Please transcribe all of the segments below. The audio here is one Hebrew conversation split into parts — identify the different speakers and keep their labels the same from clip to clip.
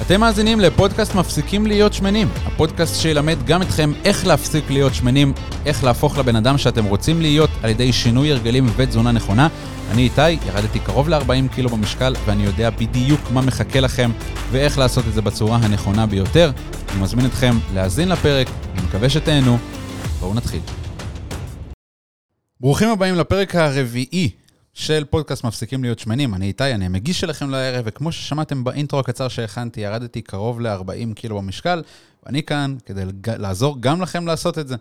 Speaker 1: אתם מאזינים לפודקאסט מפסיקים להיות שמנים, הפודקאסט שילמד גם אתכם איך להפסיק להיות שמנים, איך להפוך לבן אדם שאתם רוצים להיות על ידי שינוי הרגלים ותזונה נכונה. אני איתי, ירדתי קרוב ל-40 קילו במשקל ואני יודע בדיוק מה מחכה לכם ואיך לעשות את זה בצורה הנכונה ביותר. אני מזמין אתכם להאזין לפרק, אני מקווה שתהנו. בואו נתחיל. ברוכים הבאים לפרק הרביעי של פודקאסט מפסיקים להיות שמנים. אני איתי, אני המגיש שלכם לערב, וכמו ששמעתם באינטרו הקצר שהכנתי, ירדתי קרוב ל-40 קילו במשקל, ואני כאן כדי לעזור גם לכם לעשות את זה.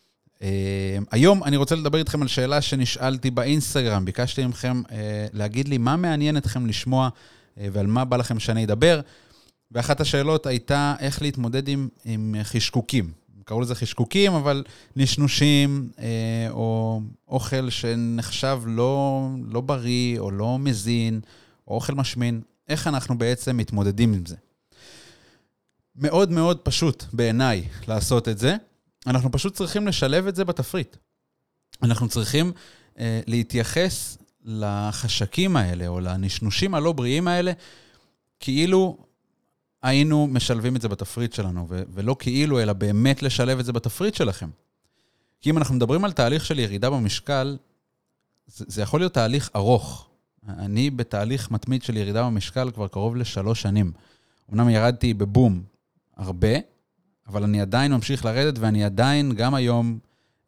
Speaker 1: היום אני רוצה לדבר איתכם על שאלה שנשאלתי באינסטגרם, ביקשתי מכם להגיד לי מה מעניין אתכם לשמוע, ועל מה בא לכם שאני אדבר, ואחת השאלות הייתה איך להתמודד עם חשקוקים. קראו לזה חשקוקים, אבל נשנושים, או אוכל שנחשב לא בריא, או לא מזין, או אוכל משמין. איך אנחנו בעצם מתמודדים עם זה? מאוד מאוד פשוט בעיניי לעשות את זה. אנחנו פשוט צריכים לשלב את זה בתפריט. אנחנו צריכים להתייחס לחשקים האלה, או לנשנושים הלא בריאים האלה, כאילו היינו משלבים את זה בתפריט שלנו, ולא כאילו, אלא באמת לשלב את זה בתפריט שלכם. כי אם אנחנו מדברים על תהליך של ירידה במשקל, זה יכול להיות תהליך ארוך. אני בתהליך מתמיד של ירידה במשקל כבר קרוב ל3 שנים. אמנם ירדתי בבום הרבה, אבל אני עדיין ממשיך לרדת, ואני עדיין גם היום,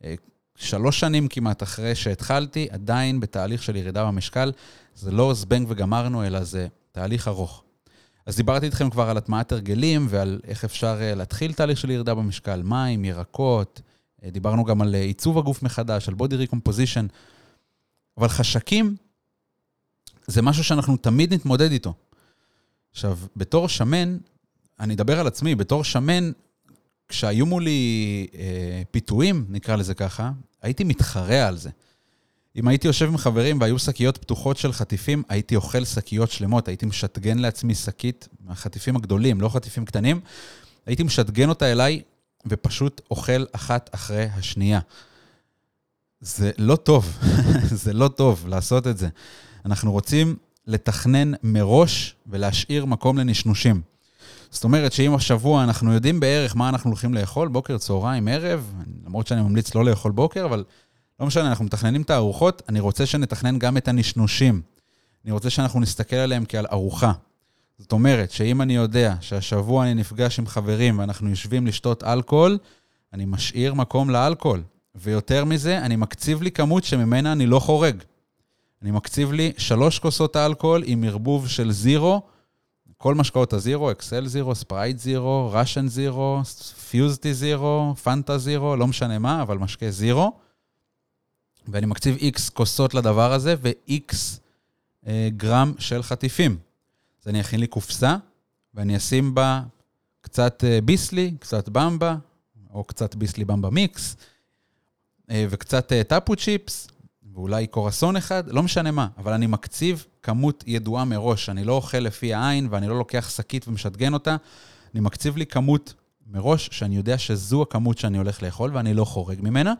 Speaker 1: 3 שנים כמעט אחרי שהתחלתי, עדיין בתהליך של ירידה במשקל. זה לא זבנג וגמרנו, אלא זה תהליך ארוך. אז דיברתי איתכם כבר על הטמעת הרגלים ועל איך אפשר להתחיל תהליך של ירידה במשקל, מים, ירקות, דיברנו גם על עיצוב הגוף מחדש, על body recomposition, אבל חשקים זה משהו שאנחנו תמיד נתמודד איתו. עכשיו, בתור שמן, אני אדבר על עצמי, בתור שמן, כשהיו מולי פיתויים, נקרא לזה ככה, הייתי מתחרע על זה. אם הייתי יושב עם חברים והיו שקיות פתוחות של חטיפים, הייתי אוכל שקיות שלמות, הייתי משתגן לעצמי שקית מהחטיפים הגדולים, לא חטיפים קטנים, הייתי משתגן אותה אליי ופשוט אוכל אחת אחרי השנייה. זה לא טוב, זה לא טוב לעשות את זה. אנחנו רוצים לתכנן מראש ולהשאיר מקום לנשנושים. זאת אומרת שאם השבוע אנחנו יודעים בערך מה אנחנו הולכים לאכול, בוקר, צהריים, ערב, למרות שאני ממליץ לא לאכול בוקר, אבל לא משנה, אנחנו מתכננים את הארוחות, אני רוצה שנתכנן גם את הנשנושים. אני רוצה שאנחנו נסתכל עליהם כעל ארוחה. זאת אומרת, שאם אני יודע שהשבוע אני נפגש עם חברים ואנחנו יושבים לשתות אלכוהול, אני משאיר מקום לאלכוהול. ויותר מזה, אני מקציב לי כמות שממנה אני לא חורג. אני מקציב לי 3 כוסות אלכוהול עם ערבוב של זירו, כל משקאות הזירו, אקסל זירו, ספרייט זירו, ראשן זירו, פיוזטי זירו, פנטה זירו, לא משנה מה, אבל משקה זירו. ואני מקציב X כוסות לדבר הזה, ו-X גרם של חטיפים. אז אני אכין לי קופסה, ואני אשים בה קצת ביסלי, קצת במבה, או קצת ביסלי במבה מיקס, וקצת טאפו צ'יפס, ואולי קורסון אחד, לא משנה מה, אבל אני מקציב כמות ידועה מראש. אני לא אוכל לפי העין, ואני לא לוקח שקית ומשדגן אותה. אני מקציב לי כמות מראש, שאני יודע שזו הכמות שאני הולך לאכול, ואני לא חורג ממנה.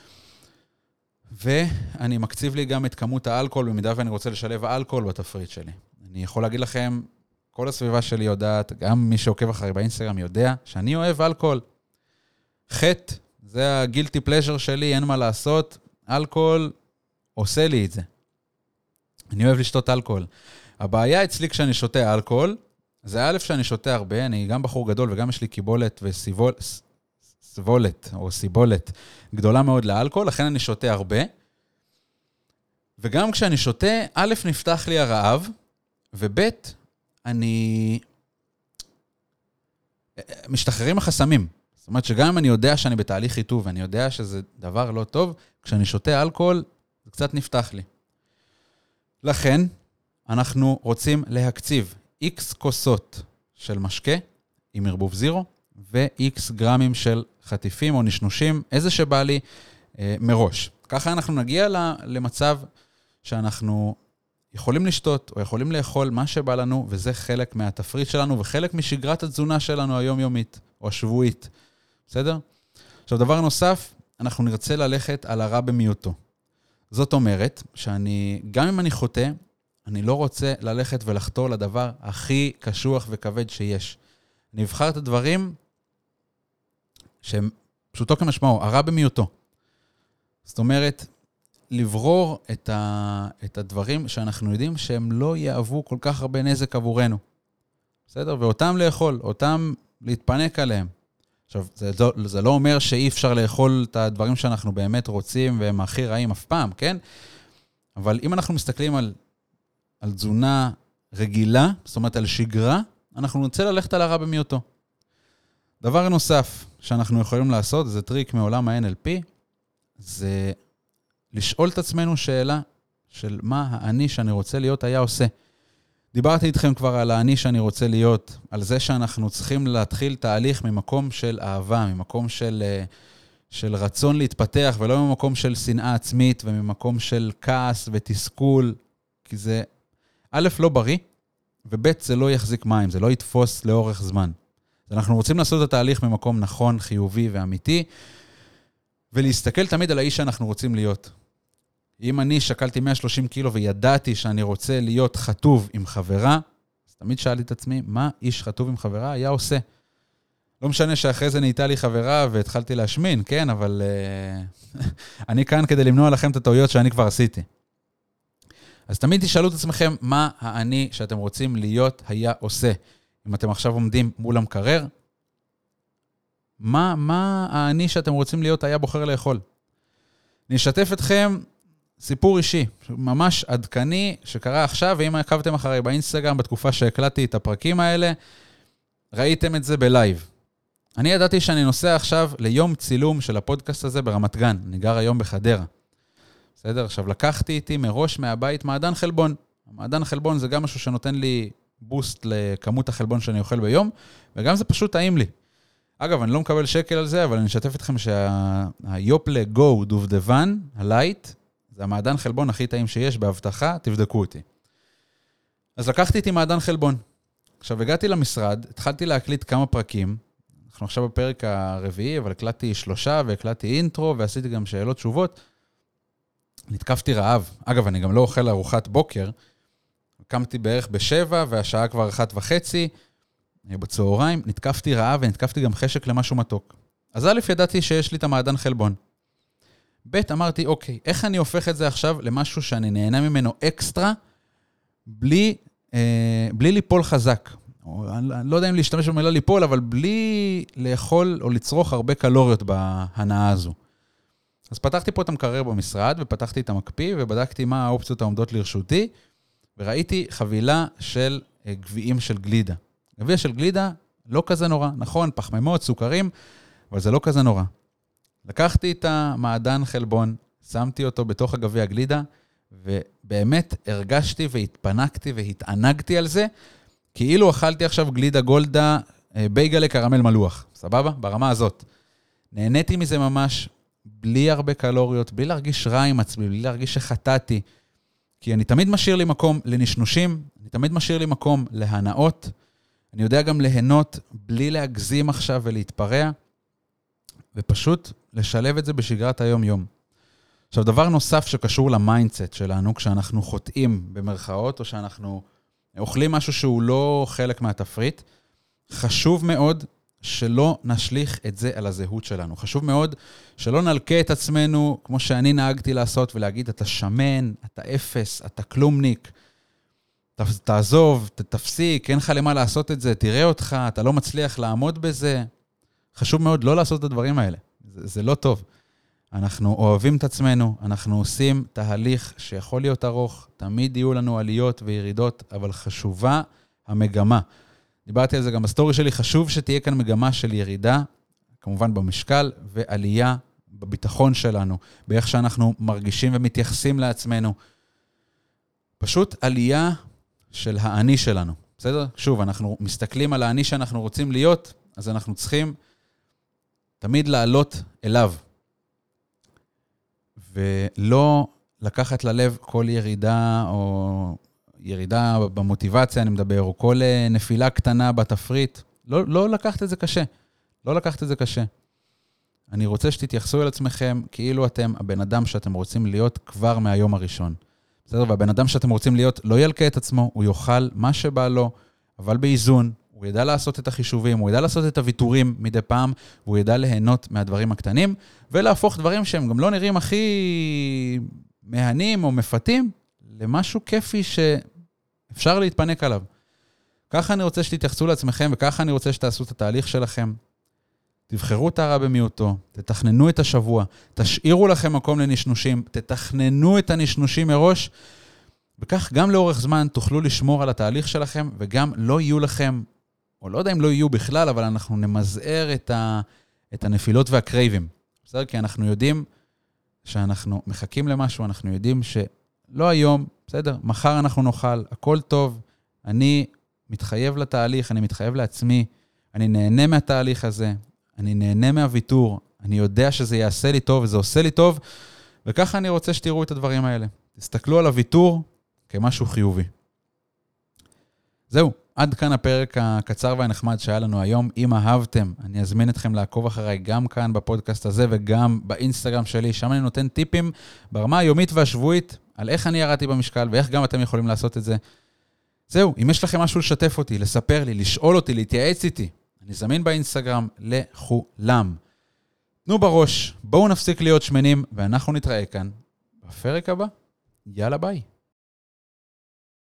Speaker 1: ואני מקציב לי גם את כמות האלכוהול, במידה ואני רוצה לשלב האלכוהול בתפריט שלי. אני יכול להגיד לכם, כל הסביבה שלי יודעת, גם מי שעוקב אחרי באינסטגרם יודע, שאני אוהב אלכוהול. חטא, זה הגילטי פלז'ר שלי, אין מה לעשות, אלכוהול עושה לי את זה. אני אוהב לשתות אלכוהול. הבעיה אצלי כשאני שותה אלכוהול, זה א' שאני שותה הרבה, אני גם בחור גדול וגם יש לי קיבולת סבולת או סיבולת גדולה מאוד לאלכוהול, לכן אני שותה הרבה. וגם כשאני שותה, א' נפתח לי הרעב, וב' אני משתחררים החסמים. זאת אומרת שגם אם אני יודע שאני בתהליך חיטוב, ואני יודע שזה דבר לא טוב, כשאני שותה אלכוהול, זה קצת נפתח לי. לכן, אנחנו רוצים להקציב X כוסות של משקה עם ערבוב זירו, ו-X גרמים של חטיפים או נשנושים, איזה שבא לי מראש. ככה אנחנו נגיע למצב שאנחנו יכולים לשתות או יכולים לאכול מה שבא לנו, וזה חלק מהתפריט שלנו וחלק משגרת התזונה שלנו היומיומית או השבועית. בסדר? עכשיו, דבר נוסף, אנחנו נרצה ללכת על הרע במיעוטו. זאת אומרת שאני, גם אם אני חוטא, אני לא רוצה ללכת ולחתור לדבר הכי קשוח וכבד שיש. אני אבחר את הדברים שהם פשוטו כמשמעו, הרע במיעוטו. זאת אומרת, לברור את הדברים שאנחנו יודעים שהם לא יאהבו כל כך הרבה נזק עבורנו. בסדר? ואותם לאכול, אותם להתפנק עליהם. עכשיו, זה לא אומר שאי אפשר לאכול את הדברים שאנחנו באמת רוצים והם הכי רעים אף פעם, כן? אבל אם אנחנו מסתכלים על תזונה רגילה, זאת אומרת על שגרה, אנחנו נרצה ללכת על הרע במיעוטו. דבר נוסף שאנחנו יכולים לעשות, זה טריק מעולם ה-NLP, זה לשאול את עצמנו שאלה של מה האני שאני רוצה להיות היה עושה. דיברתי איתכם כבר על האני שאני רוצה להיות, על זה שאנחנו צריכים להתחיל תהליך ממקום של אהבה, ממקום של רצון להתפתח, ולא ממקום של שנאה עצמית, וממקום של כעס ותסכול, כי זה א', לא בריא, וב', זה לא יחזיק מים, זה לא יתפוס לאורך זמן. אנחנו רוצים לעשות את התהליך ממקום נכון, חיובי ואמיתי, ולהסתכל תמיד על האיש שאנחנו רוצים להיות. אם אני שקלתי 130 קילו וידעתי שאני רוצה להיות חטוב עם חברה, אז תמיד שאלתי את עצמי, מה איש חטוב עם חברה היה עושה? לא משנה שאחרי זה נהייתה לי חברה והתחלתי להשמין, כן, אבל אני כאן כדי למנוע לכם את הטעויות שאני כבר עשיתי. אז תמיד תשאלו את עצמכם, מה האני שאתם רוצים להיות היה עושה? אם אתם עכשיו עומדים מול המקרר, מה האני שאתם רוצים להיות היה בוחר לאכול? אני אשתף אתכם סיפור אישי, ממש עדכני, שקרה עכשיו, ואם עקבתם אחרי באינסטגרם בתקופה שהקלטתי את הפרקים האלה, ראיתם את זה בלייב. אני ידעתי שאני נוסע עכשיו ליום צילום של הפודקאסט הזה ברמת גן. אני גר היום בחדרה. בסדר? עכשיו לקחתי איתי מראש מהבית מעדן חלבון. המעדן חלבון זה גם משהו שנותן לי בוסט לכמות החלבון שאני אוכל ביום, וגם זה פשוט טעים לי. אגב, אני לא מקבל שקל על זה, אבל אני אשתף אתכם שהיופלה גו דובדבן, הלייט, זה המעדן חלבון הכי טעים שיש בהבטחה, תבדקו אותי. אז לקחתי איתי מעדן חלבון. עכשיו הגעתי למשרד, התחלתי להקליט כמה פרקים, אנחנו עכשיו בפרק הרביעי, אבל הקלטתי 3 והקלטתי אינטרו, ועשיתי גם שאלות תשובות. נתקפתי רעב. אגב, אני גם לא אוכל ארוחת בוקר. קמתי בערך ב7, והשעה כבר 1:30, בצהריים. נתקפתי רעב, ונתקפתי גם חשק למשהו מתוק. אז א', ידעתי שיש לי את המעדן חלבון. ב', אמרתי, אוקיי, איך אני הופך את זה עכשיו למשהו שאני נהנה ממנו אקסטרה, בלי ליפול חזק. אני לא יודע אם להשתמש במילה ליפול, אבל בלי לאכול או לצרוך הרבה קלוריות בהנאה הזו. אז פתחתי פה את המקרר במשרד, ופתחתי את המקפיא, ובדקתי מה האופציות העומדות לרשותי, וראיתי חבילה של גביעים של גלידה. גביע של גלידה לא כזה נורא, נכון, פחמימות, סוכרים, אבל זה לא כזה נורא. לקחתי את המעדן חלבון, שמתי אותו בתוך הגביע הגלידה, ובאמת הרגשתי והתפנקתי והתענגתי על זה, כאילו אכלתי עכשיו גלידה גולדה, בייגלה קרמל מלוח. סבבה? ברמה הזאת. נהניתי מזה ממש, בלי הרבה קלוריות, בלי להרגיש רע עם עצמי, בלי להרגיש שחטאתי, כי אני תמיד משאיר לי מקום לנשנושים, אני תמיד משאיר לי מקום להנאות, אני יודע גם ליהנות בלי להגזים עכשיו ולהתפרע, ופשוט לשלב את זה בשגרת היום-יום. עכשיו, דבר נוסף שקשור למיינדסט שלנו, כשאנחנו חוטאים במרכאות, או שאנחנו אוכלים משהו שהוא לא חלק מהתפריט, חשוב מאוד שלא נשליך את זה על הזהות שלנו. חשוב מאוד שלא נלקה את עצמנו, כמו שאני נהגתי לעשות, ולהגיד, אתה שמן, אתה אפס, אתה כלומניק, תעזוב, תפסיק, אין לך למה לעשות את זה, תראה אותך, אתה לא מצליח לעמוד בזה. חשוב מאוד לא לעשות את הדברים האלה. זה לא טוב. אנחנו אוהבים את עצמנו, אנחנו עושים תהליך שיכול להיות ארוך, תמיד יהיו לנו עליות וירידות, אבל חשובה המגמה. דיברתי על זה גם בסטורי שלי, חשוב שתהיה כאן מגמה של ירידה, כמובן במשקל, ועלייה בביטחון שלנו, באיך שאנחנו מרגישים ומתייחסים לעצמנו. פשוט עלייה של האני שלנו. בסדר? שוב, אנחנו מסתכלים על האני שאנחנו רוצים להיות, אז אנחנו צריכים תמיד לעלות אליו. ולא לקחת ללב כל ירידה או ירידה במוטיבציה, אני מדבר, או כל נפילה קטנה בתפריט. לא לקחת את זה קשה. לא לקחת את זה קשה. אני רוצה שתתייחסו אל עצמכם כאילו אתם הבן אדם שאתם רוצים להיות כבר מהיום הראשון. בסדר? והבן אדם שאתם רוצים להיות לא ילקה את עצמו, הוא יאכל מה שבא לו, אבל באיזון, הוא הוא ידע לעשות את החישובים, הוא ידע לעשות את הוויתורים מדי פעם, והוא ידע ליהנות מהדברים הקטנים, ולהפוך דברים שהם גם לא נראים הכי מהנים או מפתים, למשהו כיפי שאפשר להתפנק עליו. ככה אני רוצה שתתייחסו לעצמכם, וככה אני רוצה שתעשו את התהליך שלכם. תבחרו את הרע במיעוטו, תתכננו את השבוע, תשאירו לכם מקום לנשנושים, תתכננו את הנשנושים מראש, וכך גם לאורך זמן תוכלו לשמור על התהליך שלכם, וגם לא יהיו לכם, או לא יודע אם לא יהיו בכלל, אבל אנחנו נמזער את הנפילות והקרייבים. בסדר? כי אנחנו יודעים שאנחנו מחכים למשהו, אנחנו יודעים שלא היום, בסדר? מחר אנחנו נאכל, הכל טוב, אני מתחייב לתהליך, אני מתחייב לעצמי, אני נהנה מהתהליך הזה, אני נהנה מהוויתור, אני יודע שזה יעשה לי טוב וזה עושה לי טוב, וככה אני רוצה שתראו את הדברים האלה. תסתכלו על הוויתור כמשהו חיובי. זהו, עד כאן הפרק הקצר והנחמד שהיה לנו היום. אם אהבתם, אני אזמין אתכם לעקוב אחריי גם כאן בפודקאסט הזה וגם באינסטגרם שלי, שם אני נותן טיפים ברמה היומית והשבועית על איך אני ירדתי במשקל ואיך גם אתם יכולים לעשות את זה. זהו, אם יש לכם משהו לשתף אותי, לספר לי, לשאול אותי, להתייעץ איתי, אני זמין באינסטגרם לכולם. תנו בראש, בואו נפסיק להיות שמנים, ואנחנו נתראה כאן בפרק הבא. יאללה ביי.